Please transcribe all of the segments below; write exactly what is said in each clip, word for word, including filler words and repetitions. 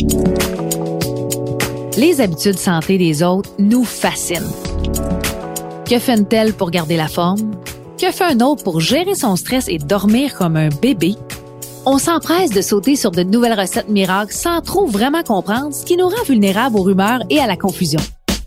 Les habitudes santé des autres nous fascinent. Que fait une telle pour garder la forme? Que fait un autre pour gérer son stress et dormir comme un bébé? On s'empresse de sauter sur de nouvelles recettes miracles sans trop vraiment comprendre, ce qui nous rend vulnérables aux rumeurs et à la confusion.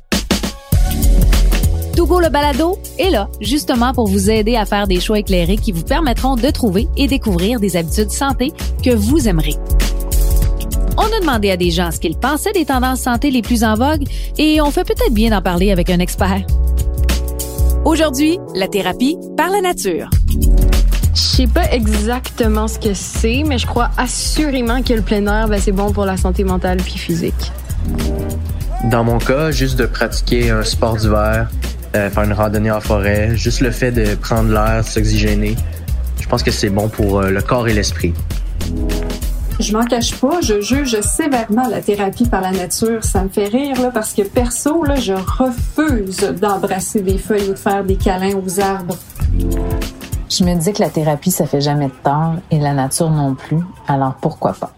Togo le balado est là, justement pour vous aider à faire des choix éclairés qui vous permettront de trouver et découvrir des habitudes santé que vous aimerez. On a demandé à des gens ce qu'ils pensaient des tendances santé les plus en vogue et on fait peut-être bien d'en parler avec un expert. Aujourd'hui, la thérapie par la nature. Je sais pas exactement ce que c'est, mais je crois assurément que le plein air, ben, c'est bon pour la santé mentale puis physique. Dans mon cas, juste de pratiquer un sport d'hiver, euh, faire une randonnée en forêt, juste le fait de prendre l'air, de s'oxygéner, je pense que c'est bon pour euh, le corps et l'esprit. Je m'en cache pas, je juge sévèrement la thérapie par la nature. Ça me fait rire là, parce que perso, là, je refuse d'embrasser des feuilles ou de faire des câlins aux arbres. Je me dis que la thérapie, ça fait jamais de tort et la nature non plus, alors pourquoi pas?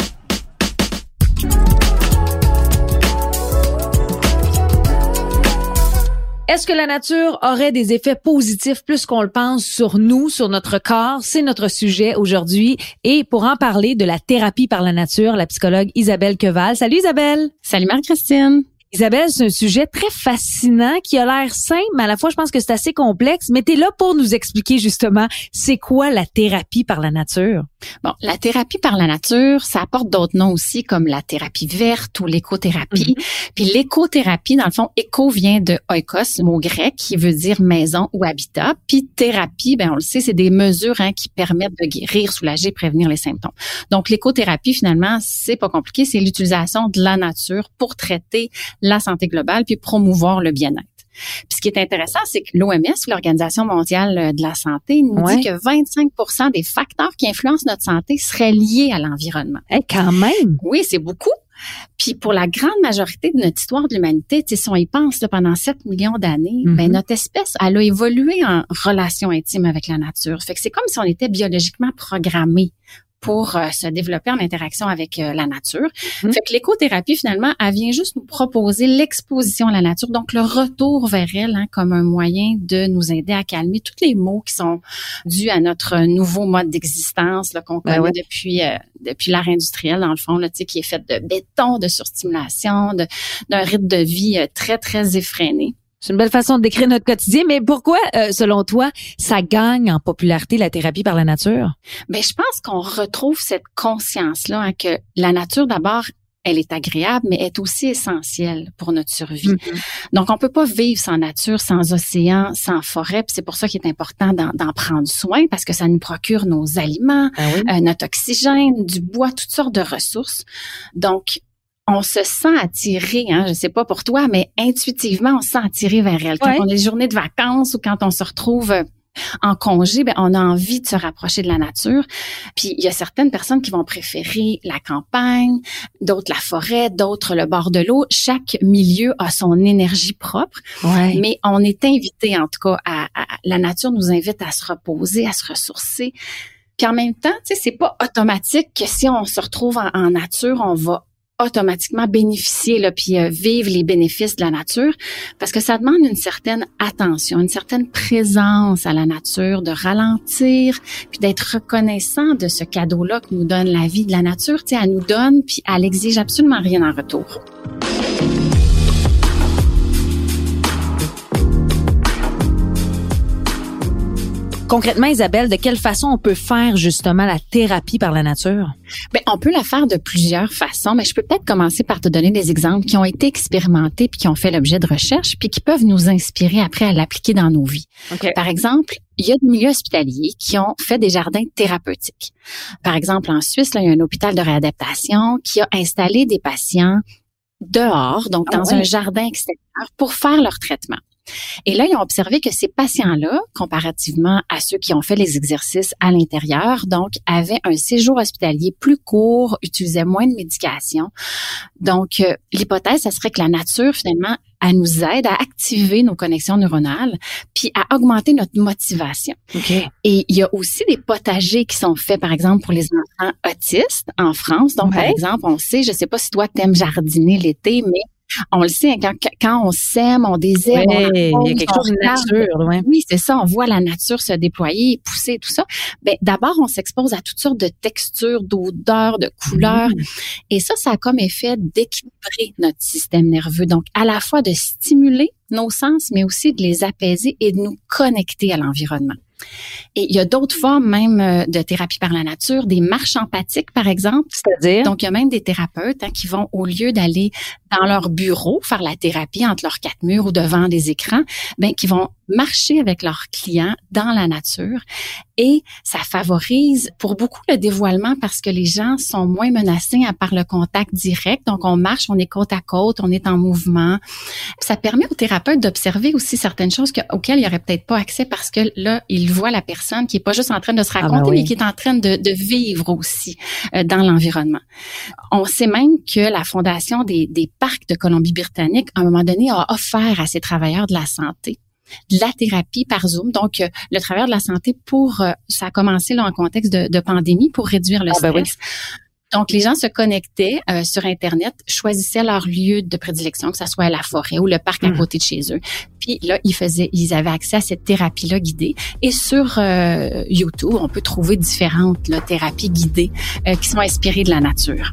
Est-ce que la nature aurait des effets positifs plus qu'on le pense sur nous, sur notre corps? C'est notre sujet aujourd'hui. Et pour en parler de la thérapie par la nature, la psychologue Isabelle Queval. Salut Isabelle! Salut Marie-Christine! Isabelle, c'est un sujet très fascinant qui a l'air simple, mais à la fois, je pense que c'est assez complexe. Mais tu es là pour nous expliquer justement c'est quoi la thérapie par la nature. Bon, la thérapie par la nature, ça apporte d'autres noms aussi comme la thérapie verte ou l'écothérapie. Mm-hmm. Puis l'écothérapie, dans le fond, éco vient de oikos, mot grec qui veut dire maison ou habitat. Puis thérapie, ben on le sait, c'est des mesures hein, qui permettent de guérir, soulager, prévenir les symptômes. Donc l'écothérapie, finalement, c'est pas compliqué, c'est l'utilisation de la nature pour traiter la santé globale puis promouvoir le bien-être. Puis ce qui est intéressant, c'est que l'O M S, l'Organisation mondiale de la santé, nous ouais. dit que vingt-cinq pour cent des facteurs qui influencent notre santé seraient liés à l'environnement. Eh, quand même! Oui, c'est beaucoup. Puis pour la grande majorité de notre histoire de l'humanité, si on y pense là, pendant sept millions d'années, mm-hmm. ben notre espèce, elle a évolué en relation intime avec la nature. Fait que c'est comme si on était biologiquement programmé pour euh, se développer en interaction avec euh, la nature. Mmh. Fait que l'écothérapie, finalement, elle vient juste nous proposer l'exposition à la nature, donc le retour vers elle hein, comme un moyen de nous aider à calmer tous les maux qui sont dus à notre nouveau mode d'existence là, qu'on connaît ben ouais. depuis euh, depuis l'ère industrielle, dans le fond, là, tu sais, qui est faite de béton, de surstimulation, de, d'un rythme de vie euh, très, très effréné. C'est une belle façon de décrire notre quotidien, mais pourquoi, euh, selon toi, ça gagne en popularité la thérapie par la nature? Ben, je pense qu'on retrouve cette conscience-là hein, que la nature, d'abord, elle est agréable, mais est aussi essentielle pour notre survie. Mm-hmm. Donc, on peut pas vivre sans nature, sans océan, sans forêt. Puis c'est pour ça qu'il est important d'en, d'en prendre soin parce que ça nous procure nos aliments, ah oui? euh, notre oxygène, du bois, toutes sortes de ressources. Donc, on se sent attiré, hein, je sais pas pour toi, mais intuitivement, on se sent attiré vers elle. Quand ouais. on a des journées de vacances ou quand on se retrouve en congé, ben on a envie de se rapprocher de la nature. Puis il y a certaines personnes qui vont préférer la campagne, d'autres la forêt, d'autres le bord de l'eau. Chaque milieu a son énergie propre, ouais. mais on est invité, en tout cas, à, à la nature nous invite à se reposer, à se ressourcer. Puis en même temps, tu sais, c'est pas automatique que si on se retrouve en, en nature, on va automatiquement bénéficier là puis euh, vivre les bénéfices de la nature parce que ça demande une certaine attention, une certaine présence à la nature, de ralentir puis d'être reconnaissant de ce cadeau-là que nous donne la vie de la nature, tu sais, elle nous donne puis elle exige absolument rien en retour. Concrètement, Isabelle, de quelle façon on peut faire justement la thérapie par la nature? Ben, on peut la faire de plusieurs façons, mais je peux peut-être commencer par te donner des exemples qui ont été expérimentés puis qui ont fait l'objet de recherches puis qui peuvent nous inspirer après à l'appliquer dans nos vies. Okay. Par exemple, il y a des milieux hospitaliers qui ont fait des jardins thérapeutiques. Par exemple, en Suisse, là, il y a un hôpital de réadaptation qui a installé des patients dehors, donc dans oh, oui. un jardin extérieur pour faire leur traitement. Et là, ils ont observé que ces patients-là, comparativement à ceux qui ont fait les exercices à l'intérieur, donc, avaient un séjour hospitalier plus court, utilisaient moins de médication. Donc, euh, l'hypothèse, ça serait que la nature, finalement, elle nous aide à activer nos connexions neuronales puis à augmenter notre motivation. Okay. Et il y a aussi des potagers qui sont faits, par exemple, pour les enfants autistes en France. Donc, ouais. par exemple, on sait, je sais pas si toi, t'aimes jardiner l'été, mais on le sait, quand, quand on sème, on désherbe, ouais, on il y a quelque chose de nature. Ouais. Oui, c'est ça. On voit la nature se déployer, pousser, tout ça. Ben, d'abord, on s'expose à toutes sortes de textures, d'odeurs, de couleurs. Mmh. Et ça, ça a comme effet d'équilibrer notre système nerveux. Donc, à la fois de stimuler nos sens, mais aussi de les apaiser et de nous connecter à l'environnement. Et il y a d'autres formes même de thérapie par la nature, des marches empathiques, par exemple. C'est-à-dire? Donc, il y a même des thérapeutes hein, qui vont, au lieu d'aller dans leur bureau, faire la thérapie entre leurs quatre murs ou devant des écrans, ben, qui vont marcher avec leurs clients dans la nature. Et ça favorise pour beaucoup le dévoilement parce que les gens sont moins menacés à par le contact direct. Donc, on marche, on est côte à côte, on est en mouvement. Ça permet aux thérapeutes d'observer aussi certaines choses que, auxquelles il n'y aurait peut-être pas accès parce que là, ils voient la personne qui est pas juste en train de se raconter, ah ben oui. mais qui est en train de, de vivre aussi euh, dans l'environnement. On sait même que la Fondation des, des parcs de Colombie-Britannique, à un moment donné, a offert à ses travailleurs de la santé de la thérapie par Zoom. Donc, euh, le travailleur de la santé, pour euh, ça a commencé là en contexte de, de pandémie pour réduire le ah, stress. Ben oui. Donc, les gens se connectaient euh, sur Internet, choisissaient leur lieu de prédilection, que ça soit la forêt ou le parc mmh. à côté de chez eux. Puis là, ils faisaient, ils avaient accès à cette thérapie-là guidée. Et sur euh, YouTube, on peut trouver différentes là, thérapies guidées euh, qui sont inspirées de la nature.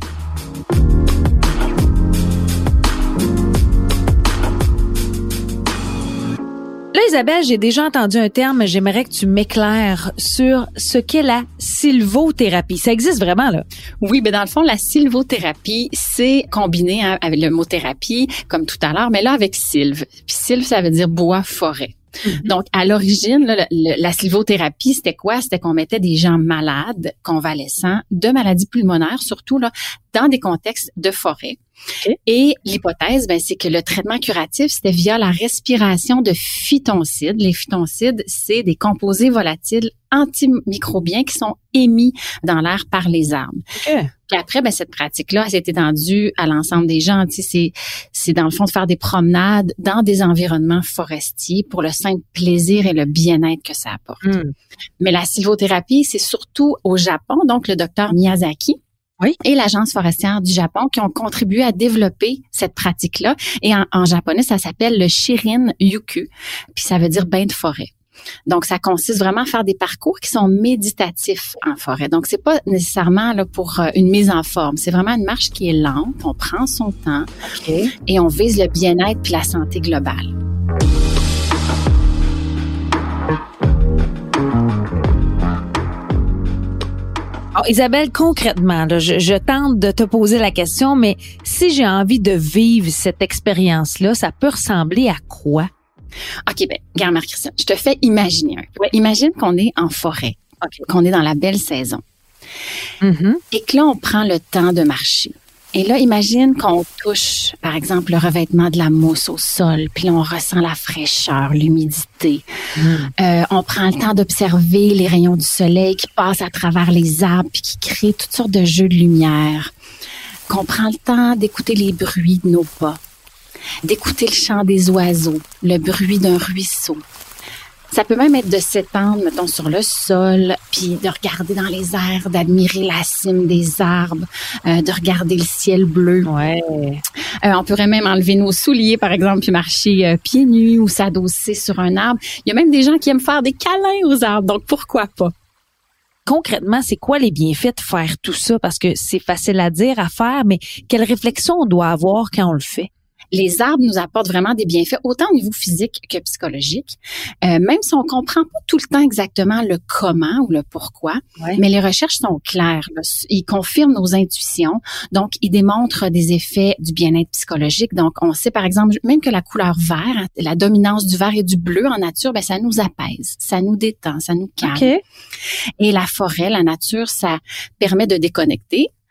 Là, Isabelle, j'ai déjà entendu un terme, j'aimerais que tu m'éclaires sur ce qu'est la sylvothérapie. Ça existe vraiment, là? Oui, mais dans le fond, la sylvothérapie, c'est combiné hein, avec le mot thérapie, comme tout à l'heure, mais là, avec sylve. Puis sylve, ça veut dire bois, forêt. Mm-hmm. Donc, à l'origine, là, le, la sylvothérapie, c'était quoi? C'était qu'on mettait des gens malades, convalescents, de maladies pulmonaires, surtout là, dans des contextes de forêt. Okay. Et l'hypothèse, ben, c'est que le traitement curatif, c'était via la respiration de phytoncides. Les phytoncides, c'est des composés volatiles antimicrobiens qui sont émis dans l'air par les arbres. Okay. Puis après, ben, cette pratique-là, elle s'est étendue à l'ensemble des gens. Tu sais, c'est, c'est dans le fond de faire des promenades dans des environnements forestiers pour le simple plaisir et le bien-être que ça apporte. Mm. Mais la sylvothérapie, c'est surtout au Japon, donc le docteur Miyazaki, oui. et l'Agence forestière du Japon qui ont contribué à développer cette pratique-là. Et en, en japonais, ça s'appelle le Shirin-yuku, puis ça veut dire bain de forêt. Donc, ça consiste vraiment à faire des parcours qui sont méditatifs en forêt. Donc, c'est pas nécessairement là pour euh, une mise en forme. C'est vraiment une marche qui est lente, on prend son temps okay. et on vise le bien-être puis la santé globale. Alors, Isabelle, concrètement, là, je, je tente de te poser la question, mais si j'ai envie de vivre cette expérience-là, ça peut ressembler à quoi? OK, ben, regarde, Marie-Christine, je te fais imaginer un peu. Ouais. Imagine qu'on est en forêt, okay. qu'on est dans la belle saison. Mm-hmm. Et que là, on prend le temps de marcher. Et là, imagine qu'on touche, par exemple, le revêtement de la mousse au sol, puis là, on ressent la fraîcheur, l'humidité. Mm. Euh, on prend le temps d'observer les rayons du soleil qui passent à travers les arbres puis qui créent toutes sortes de jeux de lumière. Qu'on prend le temps d'écouter les bruits de nos pas, d'écouter le chant des oiseaux, le bruit d'un ruisseau. Ça peut même être de s'étendre, mettons, sur le sol, puis de regarder dans les airs, d'admirer la cime des arbres, euh, de regarder le ciel bleu. Ouais. Euh, on pourrait même enlever nos souliers, par exemple, puis marcher euh, pieds nus ou s'adosser sur un arbre. Il y a même des gens qui aiment faire des câlins aux arbres, donc pourquoi pas? Concrètement, c'est quoi les bienfaits de faire tout ça? Parce que c'est facile à dire, à faire, mais quelle réflexion on doit avoir quand on le fait? Les arbres nous apportent vraiment des bienfaits, autant au niveau physique que psychologique. Euh, même si on comprend pas tout le temps exactement le comment ou le pourquoi, ouais. mais les recherches sont claires. Là. Ils confirment nos intuitions. Donc, ils démontrent des effets du bien-être psychologique. Donc, on sait, par exemple, même que la couleur vert, la dominance du vert et du bleu en nature, ben ça nous apaise, ça nous détend, ça nous calme. Okay. Et la forêt, la nature, ça permet de déconnecter.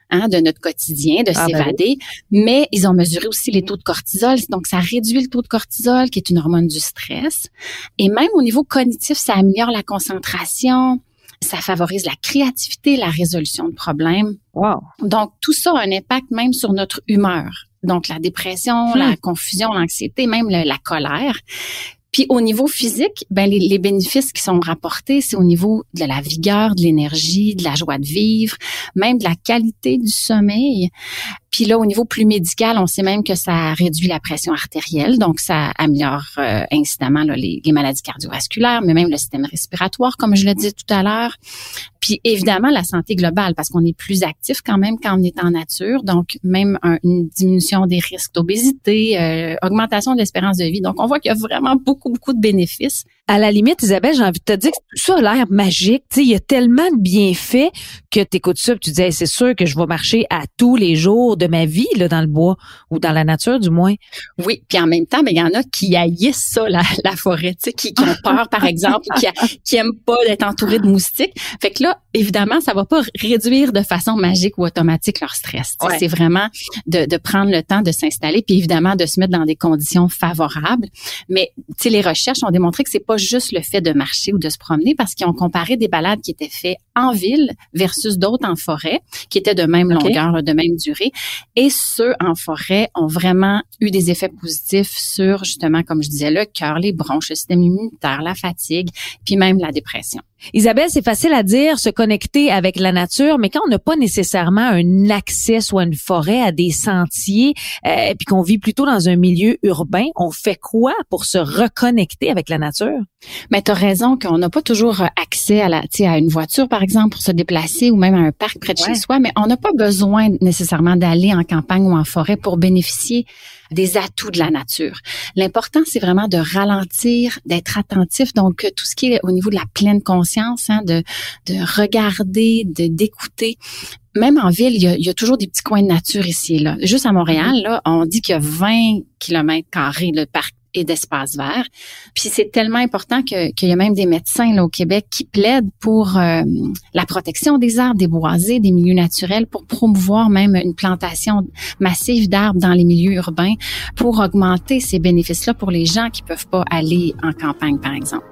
hein, de notre quotidien, de ah, s'évader, ben. mais ils ont mesuré aussi les taux de cortisol. Donc, ça réduit le taux de cortisol, qui est une hormone du stress. Et même au niveau cognitif, ça améliore la concentration, ça favorise la créativité, la résolution de problèmes. Wow. Donc, tout ça a un impact même sur notre humeur. Donc, la dépression, hum. la confusion, l'anxiété, même le, la colère. Puis au niveau physique, ben les, les bénéfices qui sont rapportés, c'est au niveau de la vigueur, de l'énergie, de la joie de vivre, même de la qualité du sommeil. Puis là, au niveau plus médical, on sait même que ça réduit la pression artérielle, donc ça améliore euh, incidemment là, les, les maladies cardiovasculaires, mais même le système respiratoire, comme je le disais tout à l'heure. Puis évidemment, la santé globale, parce qu'on est plus actif quand même quand on est en nature, donc même un, une diminution des risques d'obésité, euh, augmentation de l'espérance de vie. Donc, on voit qu'il y a vraiment beaucoup, beaucoup de bénéfices. À la limite, Isabelle, j'ai envie de te dire que tout ça a l'air magique. Tu sais, il y a tellement de bienfaits que tu écoutes ça et tu te dis, hey, c'est sûr que je vais marcher à tous les jours de ma vie là dans le bois ou dans la nature du moins. Oui, puis en même temps, ben il y en a qui haïssent ça, la, la forêt, tu sais, qui, qui ont peur, par exemple, qui, qui aiment pas d'être entourés de moustiques. Fait que là, évidemment, ça va pas réduire de façon magique ou automatique leur stress. Ouais. C'est vraiment de, de prendre le temps de s'installer, puis évidemment de se mettre dans des conditions favorables. Mais tu sais, les recherches ont démontré que c'est pas juste le fait de marcher ou de se promener, parce qu'ils ont comparé des balades qui étaient faites en ville versus d'autres en forêt, qui étaient de même okay. longueur, de même durée. Et ceux en forêt ont vraiment eu des effets positifs sur, justement, comme je disais, le cœur, les bronches, le système immunitaire, la fatigue, puis même la dépression. Isabelle, c'est facile à dire, se connecter avec la nature, mais quand on n'a pas nécessairement un accès soit à une forêt, à des sentiers, euh, puis qu'on vit plutôt dans un milieu urbain, on fait quoi pour se reconnecter avec la nature? Mais tu as raison qu'on n'a pas toujours accès à la, tu sais, à une voiture, par exemple, pour se déplacer ou même à un parc près de ouais. chez soi, mais on n'a pas besoin nécessairement d'aller en campagne ou en forêt pour bénéficier des atouts de la nature. L'important, c'est vraiment de ralentir, d'être attentif. Donc, tout ce qui est au niveau de la pleine conscience, hein, de, de regarder, de d'écouter. Même en ville, il y, a, il y a toujours des petits coins de nature ici et là. Juste à Montréal, là, on dit qu'il y a vingt kilomètres carrés de parc et d'espace vert. Puis c'est tellement important que qu'il y a même des médecins là au Québec qui plaident pour euh, la protection des arbres, des boisés, des milieux naturels, pour promouvoir même une plantation massive d'arbres dans les milieux urbains pour augmenter ces bénéfices-là pour les gens qui peuvent pas aller en campagne, par exemple.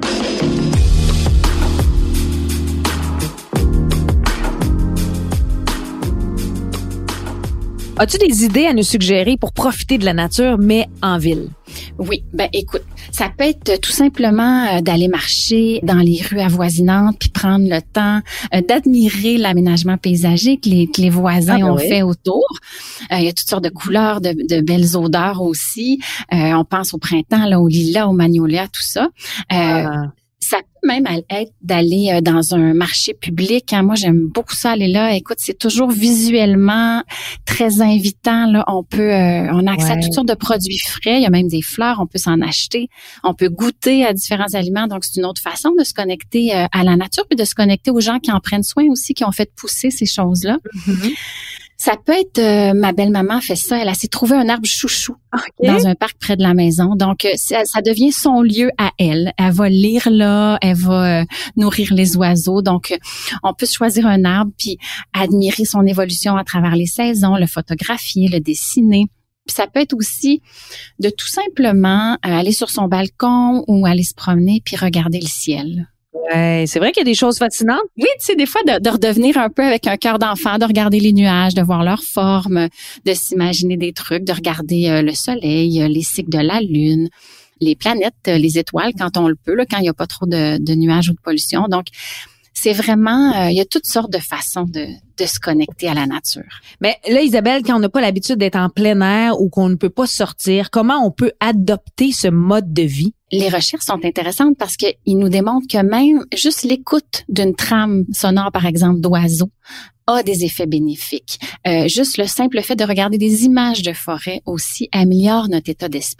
As-tu des idées à nous suggérer pour profiter de la nature, mais en ville? Oui, ben écoute, ça peut être tout simplement d'aller marcher dans les rues avoisinantes puis prendre le temps d'admirer l'aménagement paysager que les, que les voisins ah ben ont oui. fait autour. Euh, il y a toutes sortes de couleurs, de, de belles odeurs aussi. Euh, on pense au printemps, là, au lilas, au magnolia, tout ça. Euh, ah. Ça peut même être d'aller dans un marché public. Hein. Moi, j'aime beaucoup ça, aller là. Écoute, c'est toujours visuellement très invitant. Là, on peut, euh, on a accès ouais. à toutes sortes de produits frais. Il y a même des fleurs, on peut s'en acheter. On peut goûter à différents aliments. Donc, c'est une autre façon de se connecter euh, à la nature, puis de se connecter aux gens qui en prennent soin aussi, qui ont fait pousser ces choses-là. Mm-hmm. Ça peut être, euh, ma belle-maman fait ça, elle a s'est trouvé un arbre chouchou okay. dans un parc près de la maison. Donc, ça, ça devient son lieu à elle. Elle va lire là, elle va euh, nourrir les oiseaux. Donc, on peut choisir un arbre puis admirer son évolution à travers les saisons, le photographier, le dessiner. Puis ça peut être aussi de tout simplement euh, aller sur son balcon ou aller se promener puis regarder le ciel. Ouais, c'est vrai qu'il y a des choses fascinantes. Oui, tu sais, des fois, de, de redevenir un peu avec un cœur d'enfant, de regarder les nuages, de voir leur forme, de s'imaginer des trucs, de regarder euh, le soleil, euh, les cycles de la lune, les planètes, euh, les étoiles, quand on le peut, là, quand il n'y a pas trop de, de nuages ou de pollution. Donc, c'est vraiment, euh, il y a toutes sortes de façons de, de se connecter à la nature. Mais là, Isabelle, quand on n'a pas l'habitude d'être en plein air ou qu'on ne peut pas sortir, comment on peut adopter ce mode de vie? Les recherches sont intéressantes parce qu'ils nous démontrent que même juste l'écoute d'une trame sonore, par exemple, d'oiseaux, a des effets bénéfiques. Euh, juste le simple fait de regarder des images de forêt aussi améliore notre état d'esprit.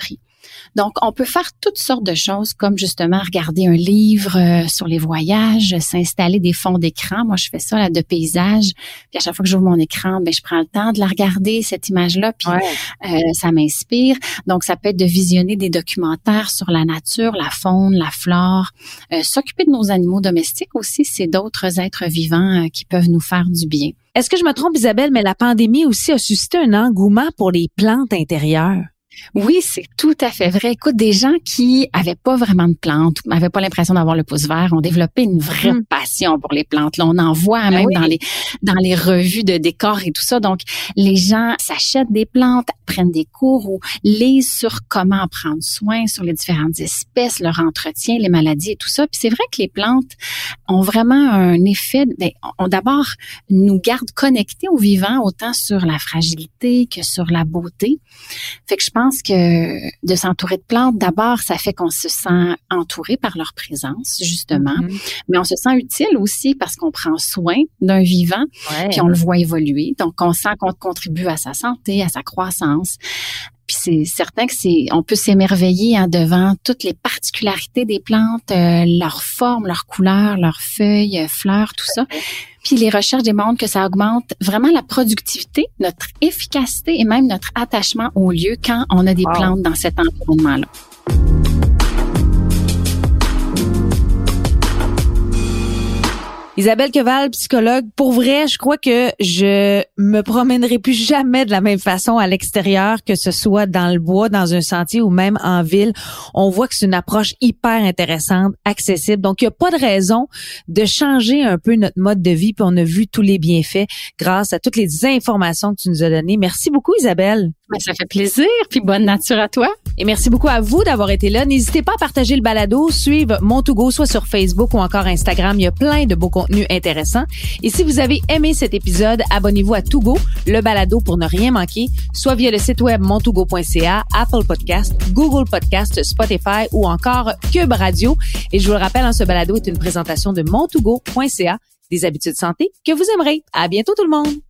Donc, on peut faire toutes sortes de choses, comme justement regarder un livre euh, sur les voyages, s'installer des fonds d'écran. Moi, je fais ça là de paysage. Puis à chaque fois que j'ouvre mon écran, ben je prends le temps de la regarder, cette image-là, puis ouais. euh, ça m'inspire. Donc, ça peut être de visionner des documentaires sur la nature, la faune, la flore. Euh, s'occuper de nos animaux domestiques aussi, c'est d'autres êtres vivants euh, qui peuvent nous faire du bien. Est-ce que je me trompe, Isabelle, mais la pandémie aussi a suscité un engouement pour les plantes intérieures? Oui, c'est tout à fait vrai. Écoute, des gens qui avaient pas vraiment de plantes, n'avaient pas l'impression d'avoir le pouce vert, ont développé une vraie mmh. passion pour les plantes. Là, on en voit ben même oui. dans les dans les revues de décors et tout ça. Donc, les gens s'achètent des plantes, prennent des cours ou lisent sur comment en prendre soin, sur les différentes espèces, leur entretien, les maladies et tout ça. Puis c'est vrai que les plantes ont vraiment un effet, ben, on d'abord nous gardent connectés au vivant, autant sur la fragilité que sur la beauté. Fait que je pense que de s'entourer de plantes, d'abord, ça fait qu'on se sent entouré par leur présence, justement. Mm-hmm. Mais on se sent utile aussi parce qu'on prend soin d'un vivant, ouais. puis on le voit évoluer. Donc, on sent qu'on contribue à sa santé, à sa croissance. Puis c'est certain que c'est, on peut s'émerveiller hein, devant toutes les particularités des plantes, euh, leur forme, leur couleur, leurs feuilles, euh, fleurs, tout ça. Puis les recherches démontrent que ça augmente vraiment la productivité, notre efficacité et même notre attachement au lieu quand on a des wow. plantes dans cet environnement-là. Isabelle Queval, psychologue, pour vrai, je crois que je me promènerai plus jamais de la même façon à l'extérieur, que ce soit dans le bois, dans un sentier ou même en ville. On voit que c'est une approche hyper intéressante, accessible. Donc, il n'y a pas de raison de changer un peu notre mode de vie. Puis on a vu tous les bienfaits grâce à toutes les informations que tu nous as données. Merci beaucoup, Isabelle. Ben, ça fait plaisir. Puis bonne nature à toi. Et merci beaucoup à vous d'avoir été là. N'hésitez pas à partager le balado, suivre Montougo, soit sur Facebook ou encore Instagram. Il y a plein de beaux contenus intéressants. Et si vous avez aimé cet épisode, abonnez-vous à Tougo, le balado pour ne rien manquer, soit via le site web montougo point c a, Apple Podcast, Google Podcast, Spotify ou encore Cube Radio. Et je vous le rappelle, hein, ce balado est une présentation de montougo point c a, des habitudes santé que vous aimerez. À bientôt tout le monde!